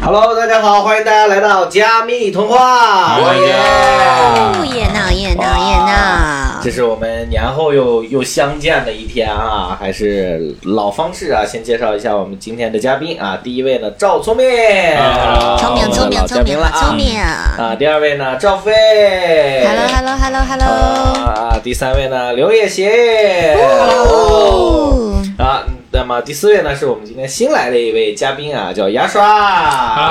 Hello， 大家好，欢迎大家来到加密通话。 耶闹耶闹耶闹！ 这是我们年后又相见的一天啊，还是老方式啊，先介绍一下我们今天的嘉宾啊。第一位呢，赵聪明， 聪明啊。第二位呢，赵飞 ，Hello。 啊，第三位呢，刘也行，啊。那么第四位呢，是我们今天新来的一位嘉宾啊，叫牙刷。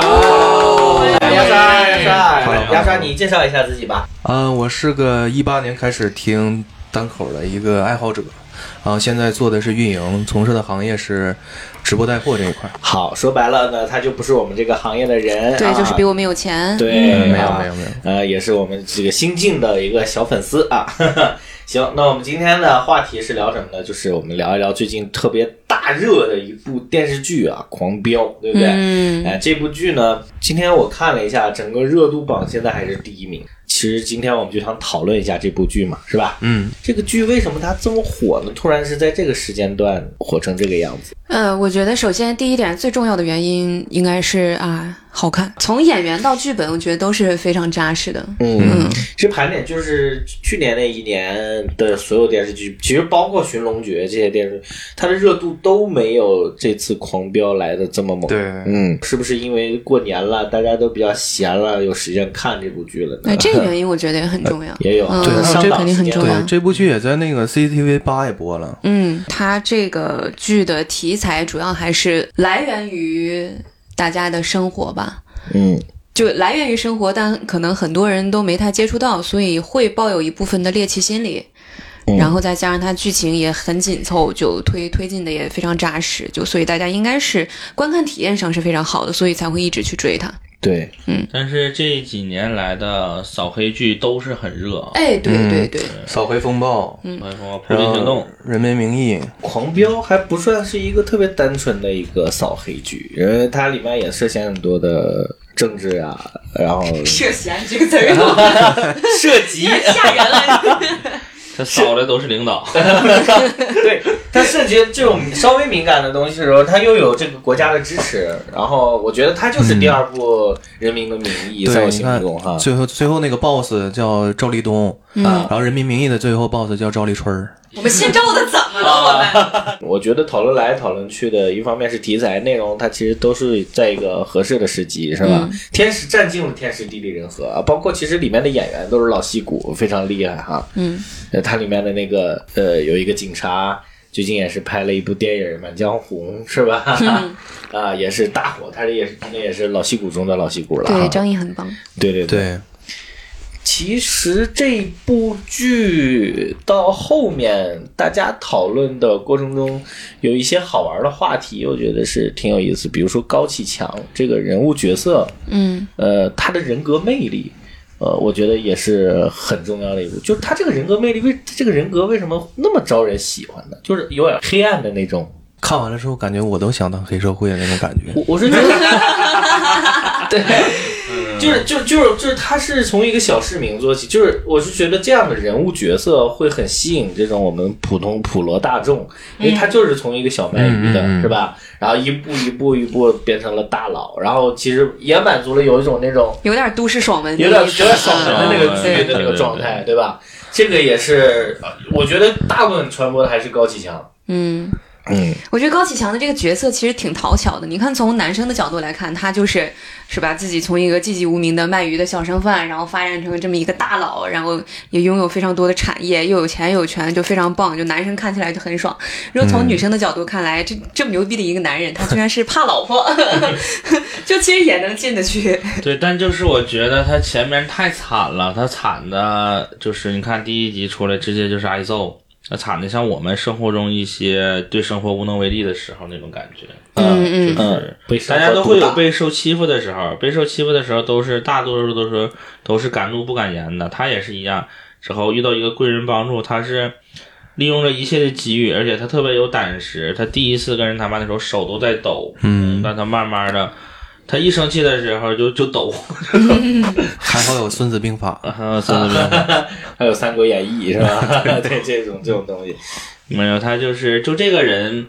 牙刷，你介绍一下自己吧。 我是个18年开始听单口的一个爱好者，现在做的是运营，从事的行业是直播带货这一块。 好，说白了呢，他就不是我们这个行业的人， 对，就是比我们有钱。 对， 没有， 也是我们这个新进的一个小粉丝啊。行，那我们今天的话题是聊什么呢？就是我们聊一聊最近特别大热的一部电视剧啊，《狂飙》，对不对？这部剧呢，今天我看了一下，整个热度榜现在还是第1名。其实今天我们就想讨论一下这部剧嘛，是吧？这个剧为什么它这么火呢？突然是在这个时间段火成这个样子。 我觉得首先第一点最重要的原因应该是好看，从演员到剧本，我觉得都是非常扎实的。 其实盘点就是去年那一年的所有电视剧，其实包括《寻龙诀》这些电视剧，它的热度都没有这次《狂飙》来的这么猛。 对， 是不是因为过年了，大家都比较闲了，有时间看这部剧了呢？ 这个原因我觉得也很重要。 也有， 这肯定很重要。 对，这部剧也在那个 CCTV 8也播了。 它这个剧的题材主要还是来源于大家的生活吧。就来源于生活，但可能很多人都没太接触到，所以会抱有一部分的猎奇心理。然后再加上它剧情也很紧凑，就推进的也非常扎实，所以大家应该是观看体验上是非常好的，所以才会一直去追它。 对， 但是这几年来的扫黑剧都是很热。 对， 扫黑风暴， 破壁行动， 人民名义。 狂飙还不算是一个特别单纯的一个扫黑剧，因为它里面也涉嫌很多的政治啊，然后涉嫌这个词儿涉及吓人了。 他扫的都是领导。 对，他涉及这种稍微敏感的东西的时候，他又有这个国家的支持，然后我觉得他就是第二部《人民的名义》在我心目中哈。 最后那个 boss 叫赵立东，然后《人民名义》的最后 boss 叫赵立春。 我们姓赵的怎么了？ 我觉得讨论来讨论去的，一方面是题材内容，它其实都是在一个合适的时机，是吧？占尽了天时地利人和啊，包括其实里面的演员都是老戏骨，非常厉害哈。它里面的那个有一个警察，最近也是拍了一部电影《满江红》，是吧？也是大火，他也是老戏骨中的老戏骨了。 对，张译很棒。 对。其实这部剧到后面大家讨论的过程中有一些好玩的话题，我觉得是挺有意思。比如说高启强这个人物角色，他的人格魅力，我觉得也是很重要的一部。就是他这个人格魅力，这个人格为什么那么招人喜欢呢？就是有点黑暗的那种。 看完了之后，感觉我都想当黑社会的那种感觉。 我是觉得，对。就是他是从一个小市民做起，就是我是觉得这样的人物角色会很吸引这种我们普罗大众，因为他就是从一个小卖鱼的，是吧？然后一步变成了大佬，然后其实也满足了有一种那种有点都市爽文， 有点爽文的那个剧的那个状态，对吧？这个也是我觉得大部分传播的还是高启强。 我觉得高启强的这个角色其实挺讨巧的。你看，从男生的角度来看，他是吧，自己从一个寂寂无名的卖鱼的小商贩，然后发展成这么一个大佬，然后也拥有非常多的产业，又有钱又有权，就非常棒。就男生看起来就很爽。如果从女生的角度看来，这么牛逼的一个男人，他居然是怕老婆，就其实也能进得去。 对，但就是我觉得他前面太惨了，他惨的就是你看第1集出来直接就是挨揍。那惨的像我们生活中一些对生活无能为力的时候那种感觉，就是大家都会有被受欺负的时候，被受欺负的时候大多数都是敢怒不敢言的。他也是一样，之后遇到一个贵人帮助，他是利用了一切的机遇，而且他特别有胆识。他第一次跟人谈判的时候手都在抖，但他慢慢的。他一生气的时候就抖， 还好有孙子兵法， 还有三国演义是吧？对，这种东西， 没有他就这个人，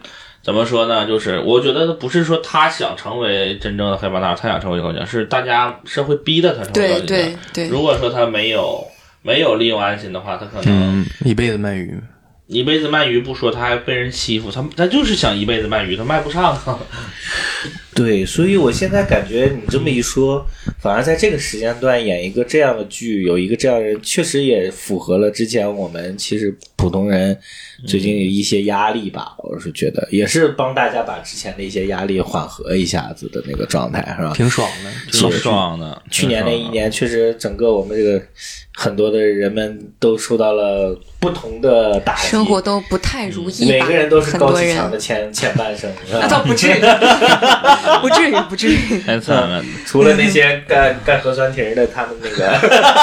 怎么说呢？就是我觉得不是说他想成为真正的黑帮大佬，他想成为高警，是大家社会逼的他成为高警。 对。 如果说他没有利用安心的话，他可能一辈子卖鱼。 一辈子卖鱼不说，他还被人欺负，他就是想一辈子卖鱼，他卖不上。 对，所以我现在感觉你这么一说，反而在这个时间段演一个这样的剧，有一个这样的人，确实也符合了之前我们其实普通人最近有一些压力吧。我是觉得也是帮大家把之前的一些压力缓和一下子的那个状态，是吧？ 挺爽的， 挺爽的。 去年那一年，确实整个我们这个很多的人们都受到了不同的打击， 生活都不太如意吧， 每个人都是高启强的前半生， 那倒不至于。不至于， 太惨了。 除了那些干核酸亭的，他们那个，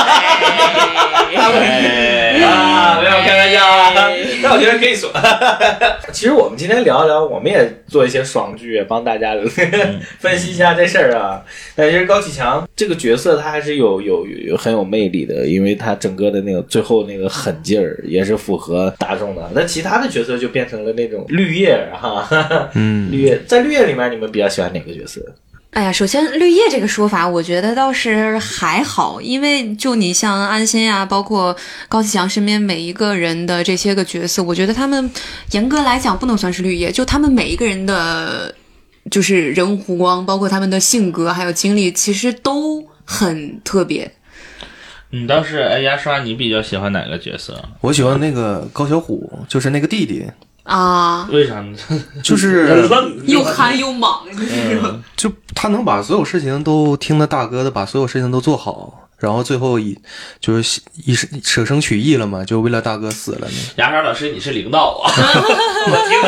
没有开玩笑啊，但我觉得可以说。其实我们今天聊一聊，我们也做一些爽剧，帮大家分析一下这事儿啊。但其实高启强这个角色，他还是有很有魅力的，因为他整个的那个最后那个狠劲儿，也是符合大众的。那其他的角色就变成了那种绿叶哈，绿叶在绿叶里面，你们比较喜欢哪个角色？ 哎呀，首先绿叶这个说法，我觉得倒是还好，因为就你像安心啊，包括高启强身边每一个人的这些个角色，我觉得他们严格来讲不能算是绿叶，就他们每一个人的，就是人物弧光，包括他们的性格还有经历，其实都很特别。 你倒是牙刷，你比较喜欢哪个角色？ 我喜欢那个高小虎，就是那个弟弟。 啊， 为啥呢？ 就是又憨又莽， 就他能把所有事情都听他大哥的，把所有事情都做好，然后最后就是舍生取义了嘛，就为了大哥死了呢。 牙刷老师，你是领导啊？我听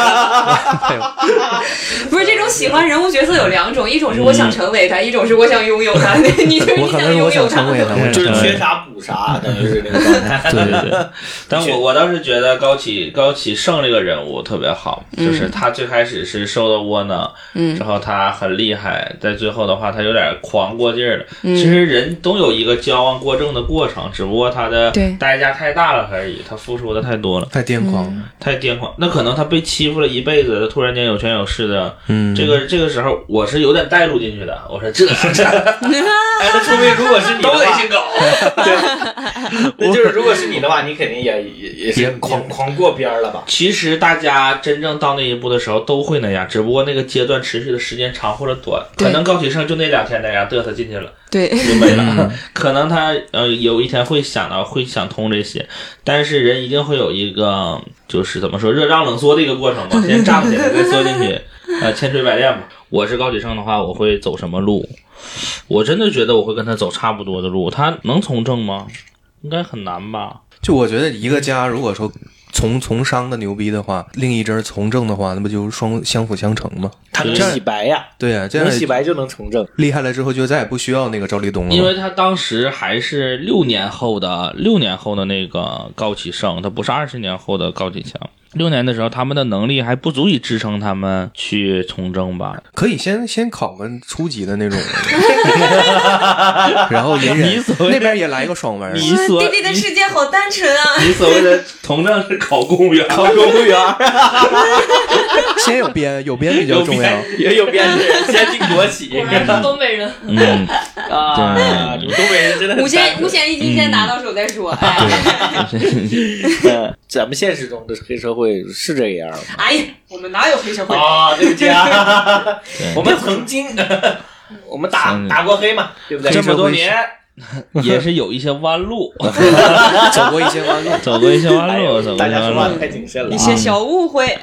说不是这种喜欢人物角色有两种，一种是我想成为他，一种是我想拥有他。你就是我可能是我想成为他， 就是缺啥补啥，等于是那个状态。 对。但我倒是觉得高启盛这个人物特别好，就是他最开始是受的窝囊，之后他很厉害，在最后的话他有点狂过劲儿了。其实人都有一个矫枉过正的过程，只不过他的代价太大了而已，他付出的太多了， 太癫狂。 那可能他被欺负了一辈子，他突然间有权有势的，这个时候我是有点带入进去的。我说这那说明如果是你的话，都得姓高。 对，就是如果是你的话，你肯定也是狂过边了吧？ 其实大家真正到那一步的时候都会那样，只不过那个阶段持续的时间长或者短，可能高启盛就那2天那样嘚瑟进去了。 对， 就没了。可能他有一天会想通这些，但是人一定会有一个就是怎么说热胀冷缩的一个过程嘛，先胀起来再缩进去，千锤百炼嘛。我是高启盛的话，我会走什么路？我真的觉得我会跟他走差不多的路。他能从政吗？应该很难吧。 就我觉得一个家如果说从商的牛逼的话，另一支从政的话，那不就相辅相成吗？ 他能洗白呀， 对呀，这样能洗白就能从政。厉害了之后就再也不需要那个赵立东了， 因为他当时还是6年后的那个高启盛，他不是20年后的高启强。6年的时候，他们的能力还不足以支撑他们去从政吧？ 可以先考个初级的那种，然后隐忍那边也来个爽文。 弟弟的世界好单纯啊！ 你所谓的从政是考公务员， 先有编比较重要， 也有编制，先进国企。 果然是东北人。 东北人真的很五险一金先拿到手再说。 咱们现实中的黑社会是这样吗？ 哎呀，我们哪有黑社会啊？对不起啊，我们曾经我们打过黑嘛，对不对？ 这么多年也是有一些弯路， 走过一些弯路， 大家说话太谨慎了， 一些小误会。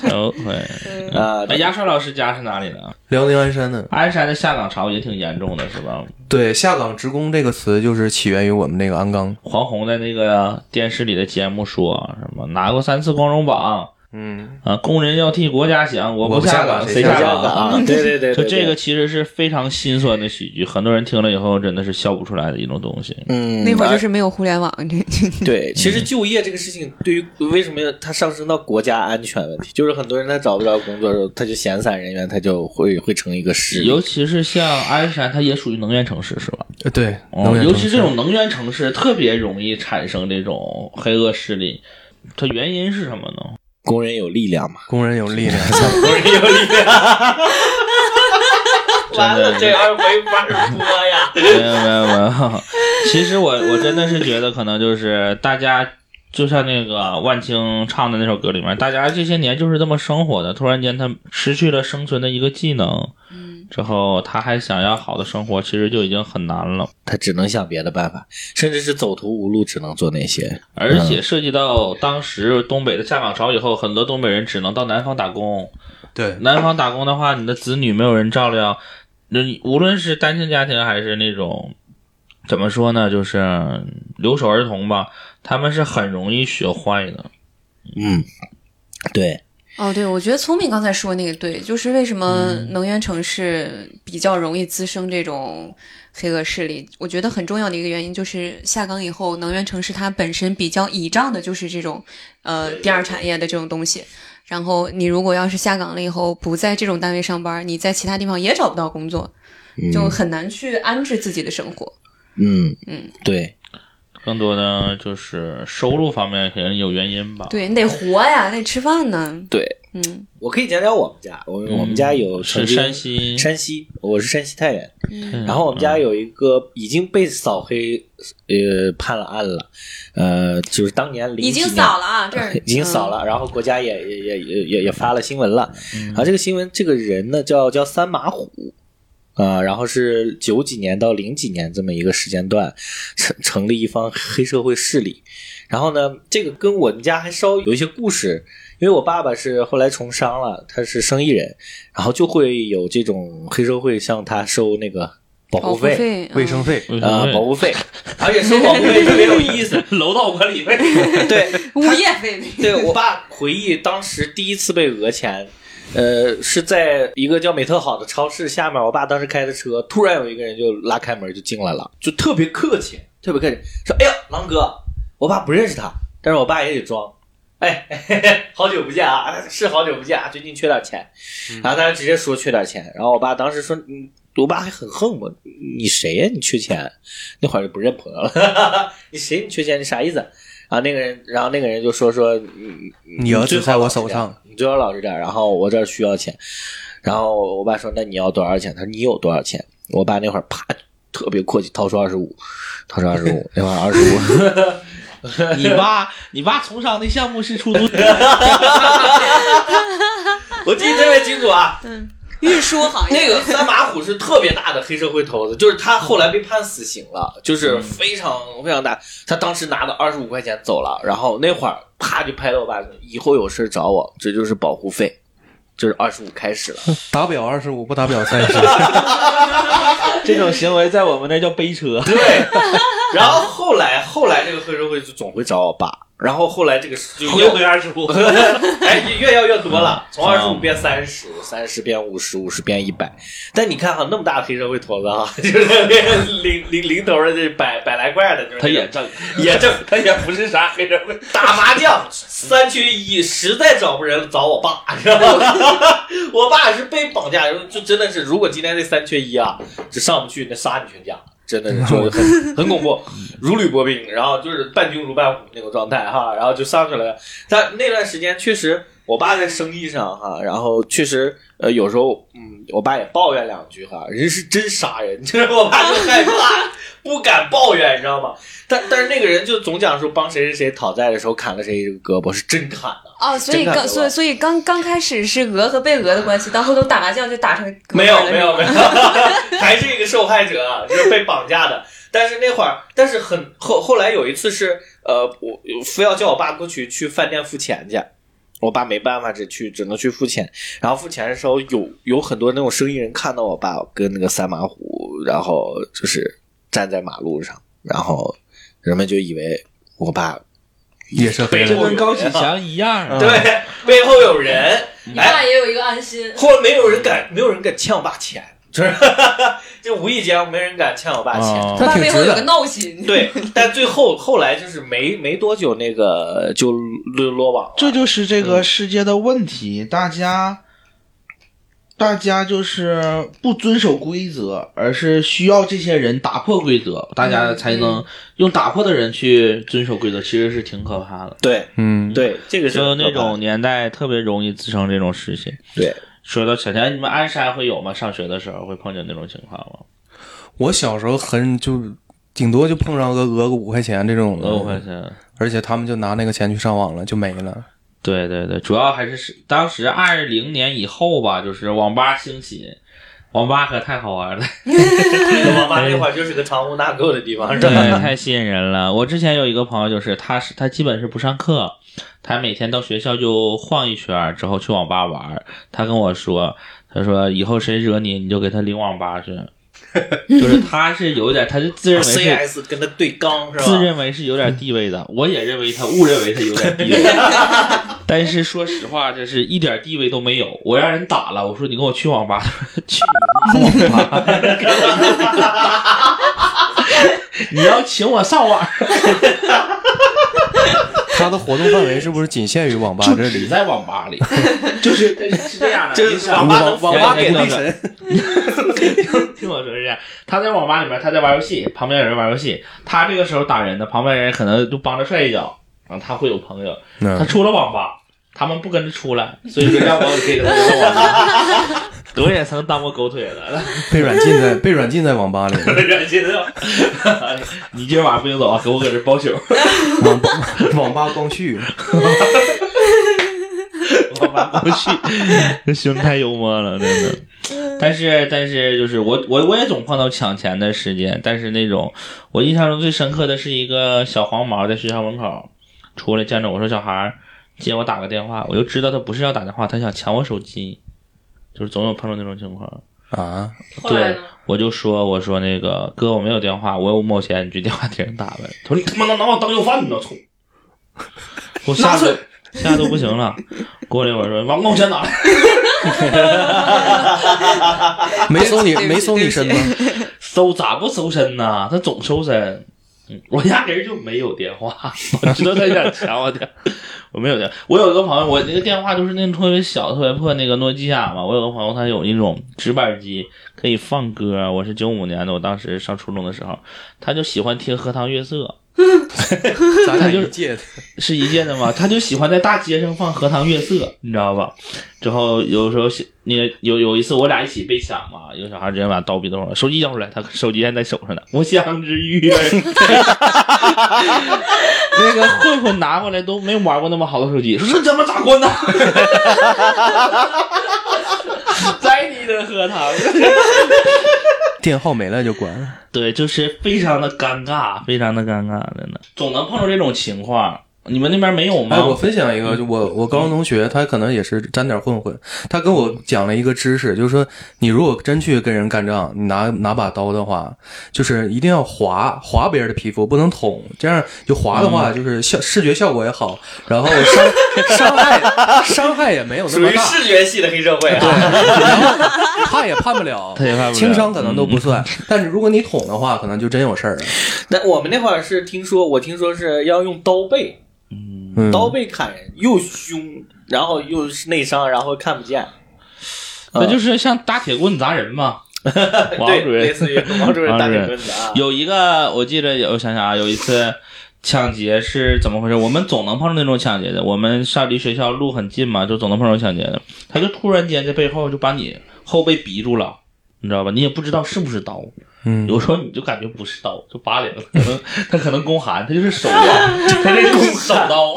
牙刷老师家是哪里的？ 辽宁鞍山的。 鞍山的下岗潮也挺严重的，是吧？ 对，下岗职工这个词就是起源于我们那个鞍钢。 黄宏在那个电视里的节目说什么拿过3次光荣榜。工人要替国家想，我不下岗谁下岗啊？对， 就这个其实是非常心酸的喜剧，很多人听了以后真的是笑不出来的一种东西。 那会儿就是没有互联网。 对，其实就业这个事情，对于为什么它上升到国家安全问题，就是很多人他找不着工作的时候，他就闲散人员，他就会成一个势力。 尤其是像鞍山，它也属于能源城市，是吧？ 对， 尤其这种能源城市特别容易产生这种黑恶势力，它原因是什么呢？ 工人有力量嘛， 工人有力量， 工人有力量。完了，这样没法播呀。 没有。其实我真的是觉得，可能就是大家就像那个万青唱的那首歌里面，大家这些年就是这么生活的，突然间他失去了生存的一个技能，之后他还想要好的生活，其实就已经很难了。 他只能想别的办法，甚至是走投无路，只能做那些。 而且涉及到当时东北的下岗潮以后，很多东北人只能到南方打工。 对， 南方打工的话，你的子女没有人照料，无论是单亲家庭还是那种怎么说呢，就是留守儿童吧，他们是很容易学坏的。 对。 哦，对，我觉得聪明刚才说那个对，就是为什么能源城市比较容易滋生这种黑恶势力，我觉得很重要的一个原因就是下岗以后，能源城市它本身比较倚仗的就是这种第二产业的这种东西。然后你如果要是下岗了以后不在这种单位上班，你在其他地方也找不到工作，就很难去安置自己的生活。 对。 更多的就是收入方面可能有原因吧。 对，你得活呀，得吃饭呢。 对，我可以讲讲我们家，我们家有是山西， 我是山西太原。然后我们家有一个已经被扫黑判了案了，就是当年已经扫了啊，这儿已经扫了，然后国家也发了新闻了。然后这个新闻，这个人呢叫三马虎。然后是90几年到00几年这么一个时间段成立一方黑社会势力。然后呢，这个跟我们家还稍有一些故事，因为我爸爸是后来从商了，他是生意人，然后就会有这种黑社会向他收那个保护费、 卫生费保护费，而且收保护费特别有意思， 楼道管理费， 对， 物业费。 对，我爸回忆当时第一次被讹钱。是在一个叫美特好的超市下面，我爸当时开的车，突然有一个人就拉开门就进来了，就特别客气，说哎呀狼哥，我爸不认识他，但是我爸也得装，好久不见啊，是好久不见啊，最近缺点钱，然后他就直接说缺点钱，然后我爸当时说我爸还很横我，你谁呀？你缺钱？那会儿就不认朋友了，你谁？你缺钱？你啥意思？然后那个人就说你儿子在我手上， 你最好老实点，然后我这儿需要钱。然后我爸说那你要多少钱？他说你有多少钱？我爸那会儿啪特别阔气，掏出25，那会儿25。 你爸从商的项目是出租车。 我记得特别清楚啊。 运输行业那个三马虎是特别大的黑社会头子，就是他后来被判死刑了，就是非常非常大。他当时拿了25块钱走了，然后那会儿啪就拍到我爸，以后有事找我，这就是保护费，就是25开始了， 打表25，不打表30。 这种行为在我们那叫背车。 对，然后后来这个黑社会就总会找我爸。然后后来这个就又回25， 越要越多了，从25变30变50变100。但你看哈，那么大的黑社会头子哈，就是零头的这百来块的，就是他也挣，他也不是啥黑社会， 打麻将3缺1，实在找不人找我爸，知道吗？我爸是被绑架，就真的是，如果今天这3缺1啊，就上不去，那杀你全家。真的是就很恐怖，如履薄冰，然后就是伴君如伴虎那种状态哈，然后就上去了。但那段时间确实，我爸在生意上哈，然后确实有时候我爸也抱怨2句哈，人是真杀人，就是我爸就害怕，不敢抱怨，你知道吗？但是那个人就总讲说帮谁讨债的时候砍了谁这个胳膊，是真砍的。 哦，所以刚开始是讹和被讹的关系，到后头打麻将就打成没有，还是一个受害者，就是被绑架的。但是那会儿，后来有一次是我非要叫我爸过去饭店付钱去，我爸没办法只能去付钱。然后付钱的时候有很多那种生意人看到我爸跟那个三马虎，然后就是站在马路上，然后人们就以为我爸也是黑人， 就跟高启强一样， 对，背后有人， 你爸也有一个安心。 后来没有人敢欠我爸钱，就是就无意间没人敢欠我爸钱， 他爸背后有个闹心。 对，但后来就是没多久那个就落网了。 这就是这个世界的问题，大家大家就是不遵守规则，而是需要这些人打破规则，大家才能用打破的人去遵守规则，其实是挺可怕的。 对，对，这个是就那种年代特别容易滋生这种事情。 对， 说到小田，你们鞍山会有吗？上学的时候会碰见那种情况吗？ 我小时候顶多就碰上个讹个5块钱这种的 5块钱， 而且他们就拿那个钱去上网了，就没了。 对对对，主要还是当时20年以后吧，就是网吧兴起，网吧可太好玩了。 网吧那会儿就是个藏污纳垢的地方，是吧？ 对，太吸引人了。我之前有一个朋友，就是他基本是不上课，他每天到学校就晃一圈之后去网吧玩。他跟我说，他说以后谁惹你，你就给他领网吧去。就是他是有点，他就自认为是 CS 跟他对刚是吧？ 自认为是有点地位的，我也认为他误认为他有点地位，但是说实话，这是一点地位都没有。我让人打了，我说你跟我去网吧，去网吧，你要请我上网。 他的活动范围是不是仅限于网吧这里？ 只在网吧里，就是这样的。 就是网吧给的神。 听我说是这样，他在网吧里面，他在玩游戏，旁边有人玩游戏，他这个时候打人的，旁边人可能就帮着踹一脚，然后他会有朋友。他出了网吧，他们不跟着出来，所以说让我给他们网吧。我也曾当过狗腿的， 被软禁在网吧里， 软禁的。你今晚不行走啊，给我搁这包宿。 网吧光绪， 网吧光绪，这兄弟太幽默了，真的。但是就是我也总碰到抢钱的事件，但是那种我印象中最深刻的是一个小黄毛在学校门口出来见着我说小孩接我打个电话，我就知道他不是要打电话，他想抢我手机。就是总有碰到那种情况啊， 对，我就说我说那个哥我没有电话，我有5毛钱，你去电话亭打呗。他说你他妈拿我当要饭呢，操！我吓都不行了。过了一会儿说把5毛钱拿来。 没搜你身吗？ 搜咋不搜身呢？他总搜身。我压根儿就没有电话，我知道他想抢我的，我没有电话。我有一个朋友，我那个电话就是那种特别小、特别破那个诺基亚嘛。我有个朋友，他有一种直板机可以放歌。我是95年的，我当时上初中的时候，他就喜欢听《荷塘月色》。 咱俩一届的， 是一届的吗？他就喜欢在大街上放《荷塘月色》，你知道吧？之后有时候那个有一次我俩一起被抢嘛，一个小孩直接把刀逼兜了，手机交出来，他手机还在手上呢。我想之欲。那个混混拿过来都没玩过那么好的手机，说这怎么咋关呢？在你的荷塘。 电号没了就关了。 对，就是非常的尴尬，非常的尴尬，真的，总能碰到这种情况。你们那边没有吗？ 我分享一个，就我高中同学，他可能也是沾点混混，他跟我讲了一个知识，就是说你如果真去跟人干仗，你拿把刀的话，就是一定要划别人的皮肤，不能捅，这样就划的话，就是视觉效果也好，然后伤害也没有那么大， 属于视觉系的黑社会啊。 对，然后他也判不了，轻伤可能都不算，但是如果你捅的话，可能就真有事儿了。 但我们那会儿是我听说是要用刀背。刀背砍人又凶，然后又是内伤，然后看不见， 那就是像大铁棍砸人嘛。王主任类似于王主任大铁棍子啊。 有一个我记得我想想啊，有一次抢劫是怎么回事？我们总能碰到那种抢劫的，我们上离学校路很近嘛，就总能碰到抢劫的。他就突然间在背后就把你后背逼住了，你知道吧？你也不知道是不是刀。有时候你就感觉不是刀，就拔凉了。他可能宫寒，他就是手刀，他这种手刀，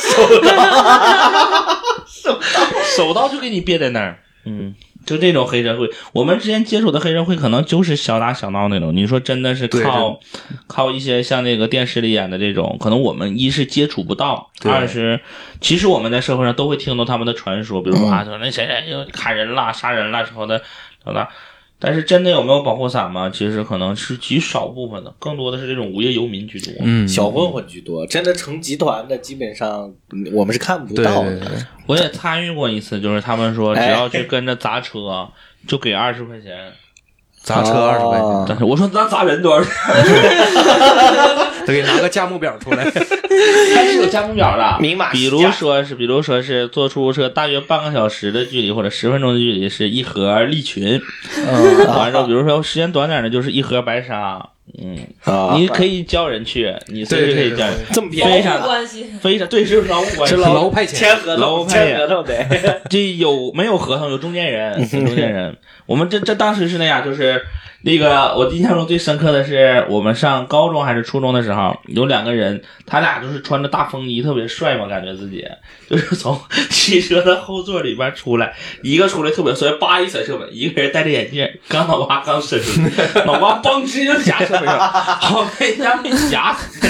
手刀就给你憋在那儿。就这种黑社会，我们之前接触的黑社会可能就是小打小闹那种。你说真的是靠一些像那个电视里演的这种，可能我们一是接触不到，二是其实我们在社会上都会听到他们的传说，比如说那谁又砍人了、杀人了之后的，但是真的有没有保护伞吗？其实可能是极少部分的，更多的是这种无业游民居多， 小混混居多。真的成集团的基本上我们是看不到的。 对， 我也参与过一次，就是他们说只要去跟着砸车，就给20块钱。 砸车20块钱， 但是我说那砸人多少钱？ 得给拿个价目表出来。 还是有价目表的， 明码比如说是坐出租车大约半个小时的距离或者10分钟的距离是一盒利群，完之后比如说时间短点的就是一盒白沙。你可以叫人去，你随时可以叫人， 这么便宜， 非常对，是劳务关系， 是劳务派遣， 签合同对， 这有没有合同？有中间人，我们这当时是那样，就是那个我印象中最深刻的是，我们上高中还是初中的时候，有2个人，他俩就是穿着大风衣，特别帅嘛，感觉自己就是从汽车的后座里边出来，一个出来特别帅，叭一踩车门，一个人戴着眼镜，脑瓜刚伸出去，脑瓜嘣直就夹车门上，好被人家被夹死，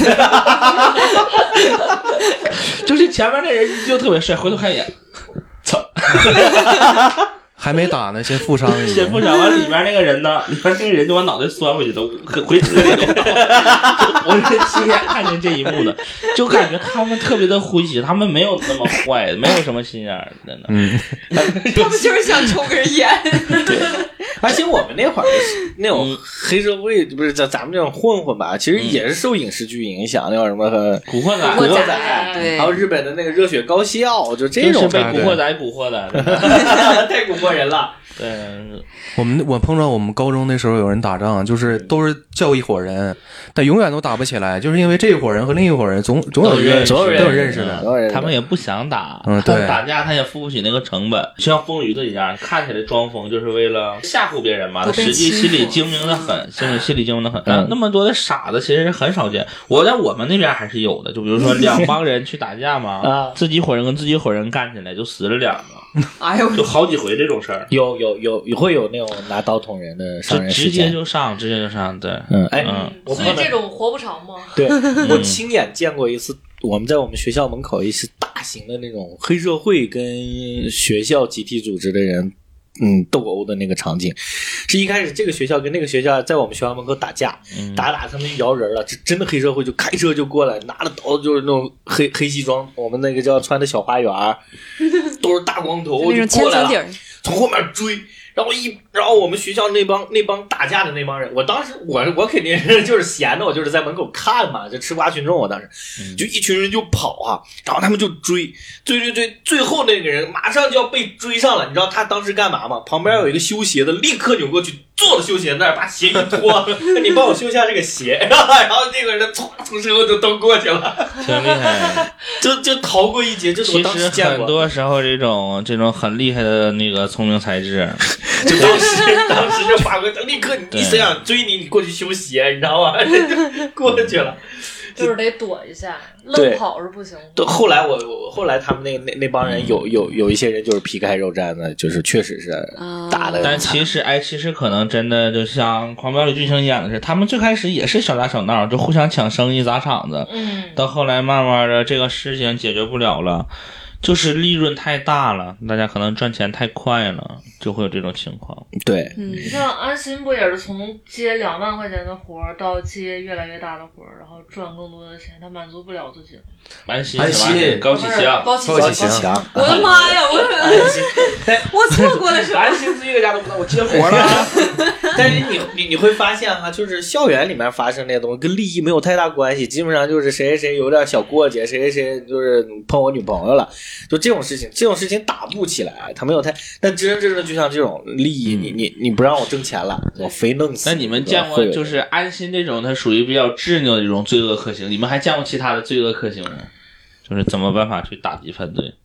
就是前面那人就特别帅，回头看一眼，操。 还没打呢，先负伤一下。 先负伤完，里面那个人呢？里面那个人就把脑袋钻回去，都回车里头。我是亲眼看见这一幕的，就感觉他们特别的诙谐，他们没有那么坏，没有什么心眼儿，真的。 他们就是想抽根烟。 对，而且我们那会儿那种黑社会，不是咱们这种混混吧，其实也是受影视剧影响，那叫什么古惑仔， 对， 还有日本的那个热血高校，就这种被古惑仔蛊惑的， 太蛊惑人了。 对， 我碰到我们高中那时候有人打仗，就是都是叫一伙人，但永远都打不起来，就是因为这一伙人和另一伙人总有人都有认识的， 他们也不想打， 对， 打架他也付不起那个成本，像疯驴子一样，看起来装疯就是为了吓唬别人嘛，他实际心里精明的很，心里精明的很。那么多的傻子其实很少见，在我们那边还是有的，就比如说2帮人去打架嘛，自己伙人跟自己伙人干起来就死了2个。 哎呦， 就好几回这种事儿， 有会有那种拿刀捅人的伤人事件， 直接就上，对， 所以这种活不长吗？ 对，我亲眼见过一次，我们在我们学校门口一次大型的那种黑社会跟学校集体组织的人。斗殴的那个场景，是一开始这个学校跟那个学校在我们学校门口打架，打他们就摇人了，这真的黑社会就开车就过来，拿了刀就是那种黑西装，我们那个叫穿的小花园，都是大光头就过来了，从后面追。然后我们学校那帮打架的那帮人，我当时我肯定是就是闲的，我就是在门口看嘛，就吃瓜群众。我当时就一群人就跑啊，然后他们就追，最后那个人马上就要被追上了。你知道他当时干嘛吗？旁边有一个修鞋的，立刻扭过去坐了修鞋那儿，把鞋一脱，你帮我修一下这个鞋。然后那个人从身后就都过去了， 挺厉害， 就逃过一劫。这是我当时见过。 其实很多时候这种很厉害的那个聪明才智。 就当时就法国立刻你谁想追你过去修鞋，你知道吗？过去了， 就是得躲一下，愣跑是不行。 对，后来他们那帮人有一些人就是皮开肉绽的，就是确实是打的。 但其实可能真的就像《狂飙》里剧情演的是，他们最开始也是小打小闹，就互相抢生意砸场子。到后来慢慢的这个事情解决不了了。就是利润太大了，大家可能赚钱太快了，就会有这种情况。 对， 你像安心不也是从接2万块钱的活到接越来越大的活，然后赚更多的钱，他满足不了自己。 安心高启强， 我的妈呀！我错过了什么？ 安心自己搁家都不知道我接活了。但是你会发现哈，就是校园里面发生那些东西跟利益没有太大关系，基本上就是谁有点小过节，谁就是碰我女朋友了，就这种事情打不起来，他没有太。但真正的就像这种利益，你不让我挣钱了，我非弄死。 那你们见过就是安心这种，它属于比较执拗的这种罪恶克星，你们还见过其他的罪恶克星吗？就是怎么办法去打击犯罪？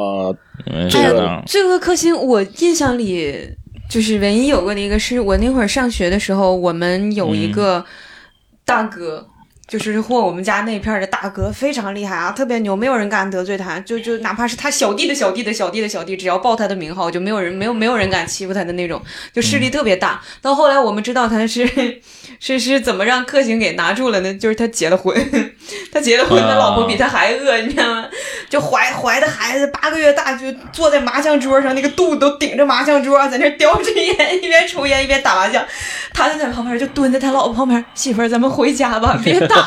罪恶克星，我印象里就是唯一有过的一个是我那会儿上学的时候，我们有一个大哥。就是我们家那片的大哥非常厉害啊，特别牛，没有人敢得罪他，就哪怕是他小弟的小弟的小弟的小弟，只要报他的名号，就没有人敢欺负他的那种，就势力特别大。到后来我们知道他是怎么让克星给拿住了呢？就是他结了婚，他老婆比他还饿，你知道吗？就怀的孩子8个月大，就坐在麻将桌上，那个肚子都顶着麻将桌，在那叼着烟，一边抽烟一边打麻将。他就在旁边就蹲在他老婆旁边，媳妇儿，咱们回家吧，别打。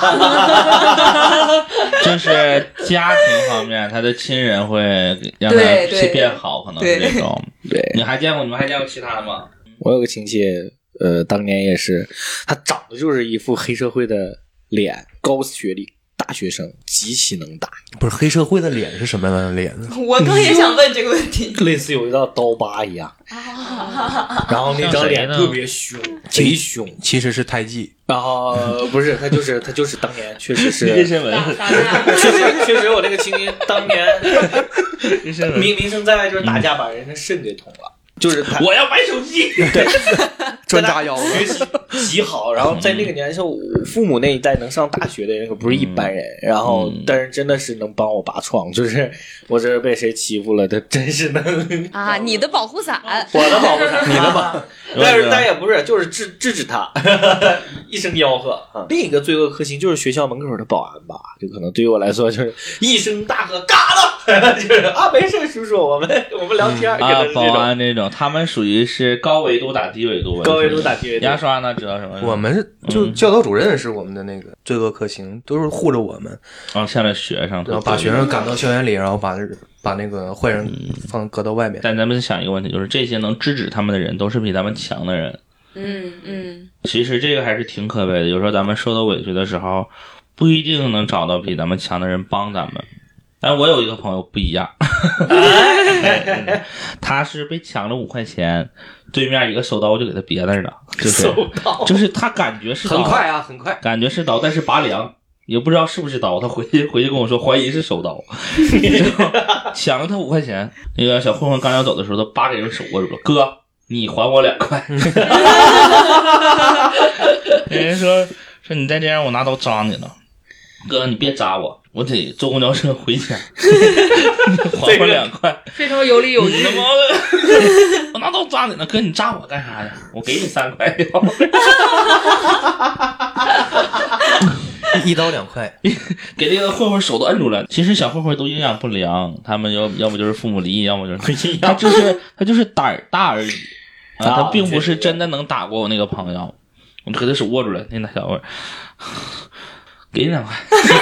就是家庭方面，他的亲人会让他变好，可能是这种。 对， 你们还见过其他的吗？ 我有个亲戚当年也是，他长得就是一副黑社会的脸，高学历。大学生极其能打， 不是黑社会的脸是什么样的脸呢？ 我刚也想问这个问题， 类似有一道刀疤一样，然后那张脸特别凶，贼凶， 其实是太极。 然后不是他就是当年确实是叶申文， 确实有那个情节，当年名声在外就是打架把人的肾给捅了。就是他， 我要买手机， 对， 专扎腰， 学习极好。然后在那个年代，父母那一代能上大学的人可不是一般人。然后，但是真的是能帮我拔创，就是我这是被谁欺负了，他真是能啊！你的保护伞， 我的保护伞，你的吧？但也不是，就是制止他，一声吆喝。另一个罪恶克星就是学校门口的保安吧，就可能对于我来说就是一声大喝，嘎了，就是啊，没事，叔叔，我们聊天。 啊，保安这种，他们属于是高维度打低维度， 高维度打低维度。 牙刷呢，知道什么？ 我们是就教导主任是我们的那个罪恶克星，都是护着我们。 然后现在学生， 然后把学生赶到校园里，然后把那个坏人搁到外面。 但咱们想一个问题，就是这些能制止他们的人，都是比咱们强的人。其实这个还是挺可悲的。有时候咱们受到委屈的时候，不一定能找到比咱们强的人帮咱们。但我有一个朋友不一样，他是被抢了5块钱，对面一个手刀就给他别在那儿，就是他感觉是刀， 很快啊，很快， 感觉是刀，但是拔凉。也不知道是不是刀，他回去跟我说怀疑是手刀，抢了他5块钱。那个小混混刚要走的时候，他扒给人手握住了，哥，你还我2块。人说你再这样，我拿刀扎你了。哥，你别扎我，我得坐公交车回家，还我2块。 非常有理有据。 我拿刀扎你了，哥，你扎我干啥呀？我给你3块。 1刀2块， 给这个混混手都摁住了。其实小混混都营养不良，他们要么就是父母离异，要么就是他就是胆儿大而已啊，他并不是真的能打过我那个朋友。我就给他手握住了，那小伙给你2块，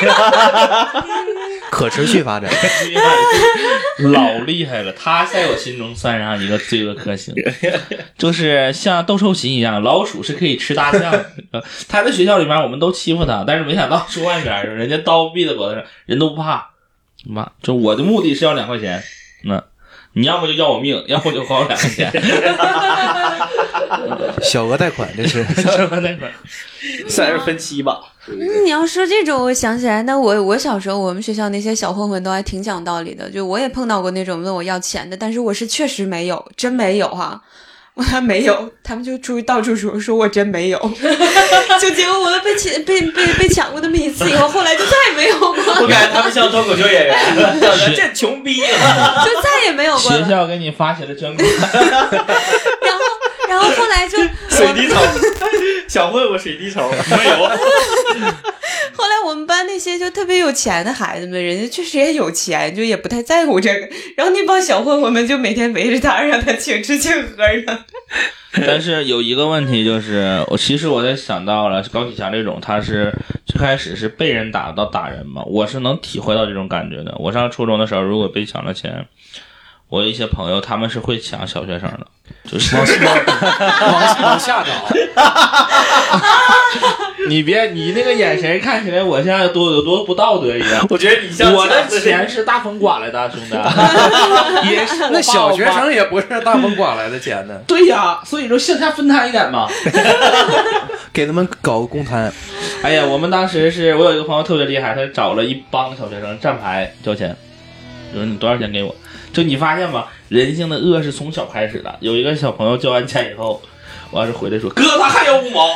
可持续发展， 老厉害了。他在我心中算上一个罪恶克星，就是像斗兽棋一样，老鼠是可以吃大象的。他在学校里面我们都欺负他，但是没想到出外面人家刀毙在脖子上，人都不怕。妈，就我的目的是要2块钱，那你要么就要我命，要么就还我2块钱。 小额贷款，这是小额贷款 ，30分期吧。 你要说这种，我想起来，那我小时候我们学校那些小混混都还挺讲道理的，就我也碰到过那种问我要钱的，但是我是确实没有，真没有哈。我还没有，他们就到处说我真没有，就结果我被抢过那么一次以后，后来就再也没有过。 我感觉他们像脱口秀演员，这穷逼了， 就再也没有过了。 学校给你发起了捐款， 然后后来就水滴筹，小混混水滴筹没有。 后来我们班那些就特别有钱的孩子们，人家确实也有钱，就也不太在乎这个。然后那帮小混混们就每天围着他，让他请吃请喝的。 但是有一个问题就是，其实我在想到了高启强这种，他是最开始是被人打到打人嘛，我是能体会到这种感觉的。我上初中的时候，如果被抢了钱，我有一些朋友他们是会抢小学生的，就是往下找。 你那个眼神看起来我现在有多不道德一样。 我觉得你像我的钱是大风刮来的，兄弟。也是那小学生也不是大风刮来的钱呢。 对呀，所以说向下分摊一点嘛。 给他们搞个公摊。 哎呀，我们当时我有一个朋友特别厉害，他找了一帮小学生站牌交钱，就说你多少钱给我。就你发现吗？人性的恶是从小开始的。有一个小朋友交完钱以后，我要是回来说，哥他还有5毛，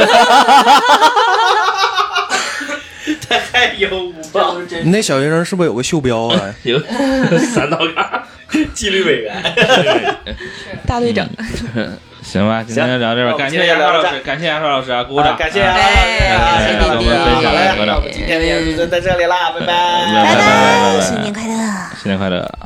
他还有5毛。 你那小学生是不是有个袖标啊？ 有3道杠， 纪律委员， 大队长。 行吧，今天就聊这吧。感谢杨老师，感谢杨老师啊，鼓掌！ 感谢杨老师， 给我们分享了， 我们今天的演出就在这里啦，拜拜， 拜拜，新年快乐， 新年快乐。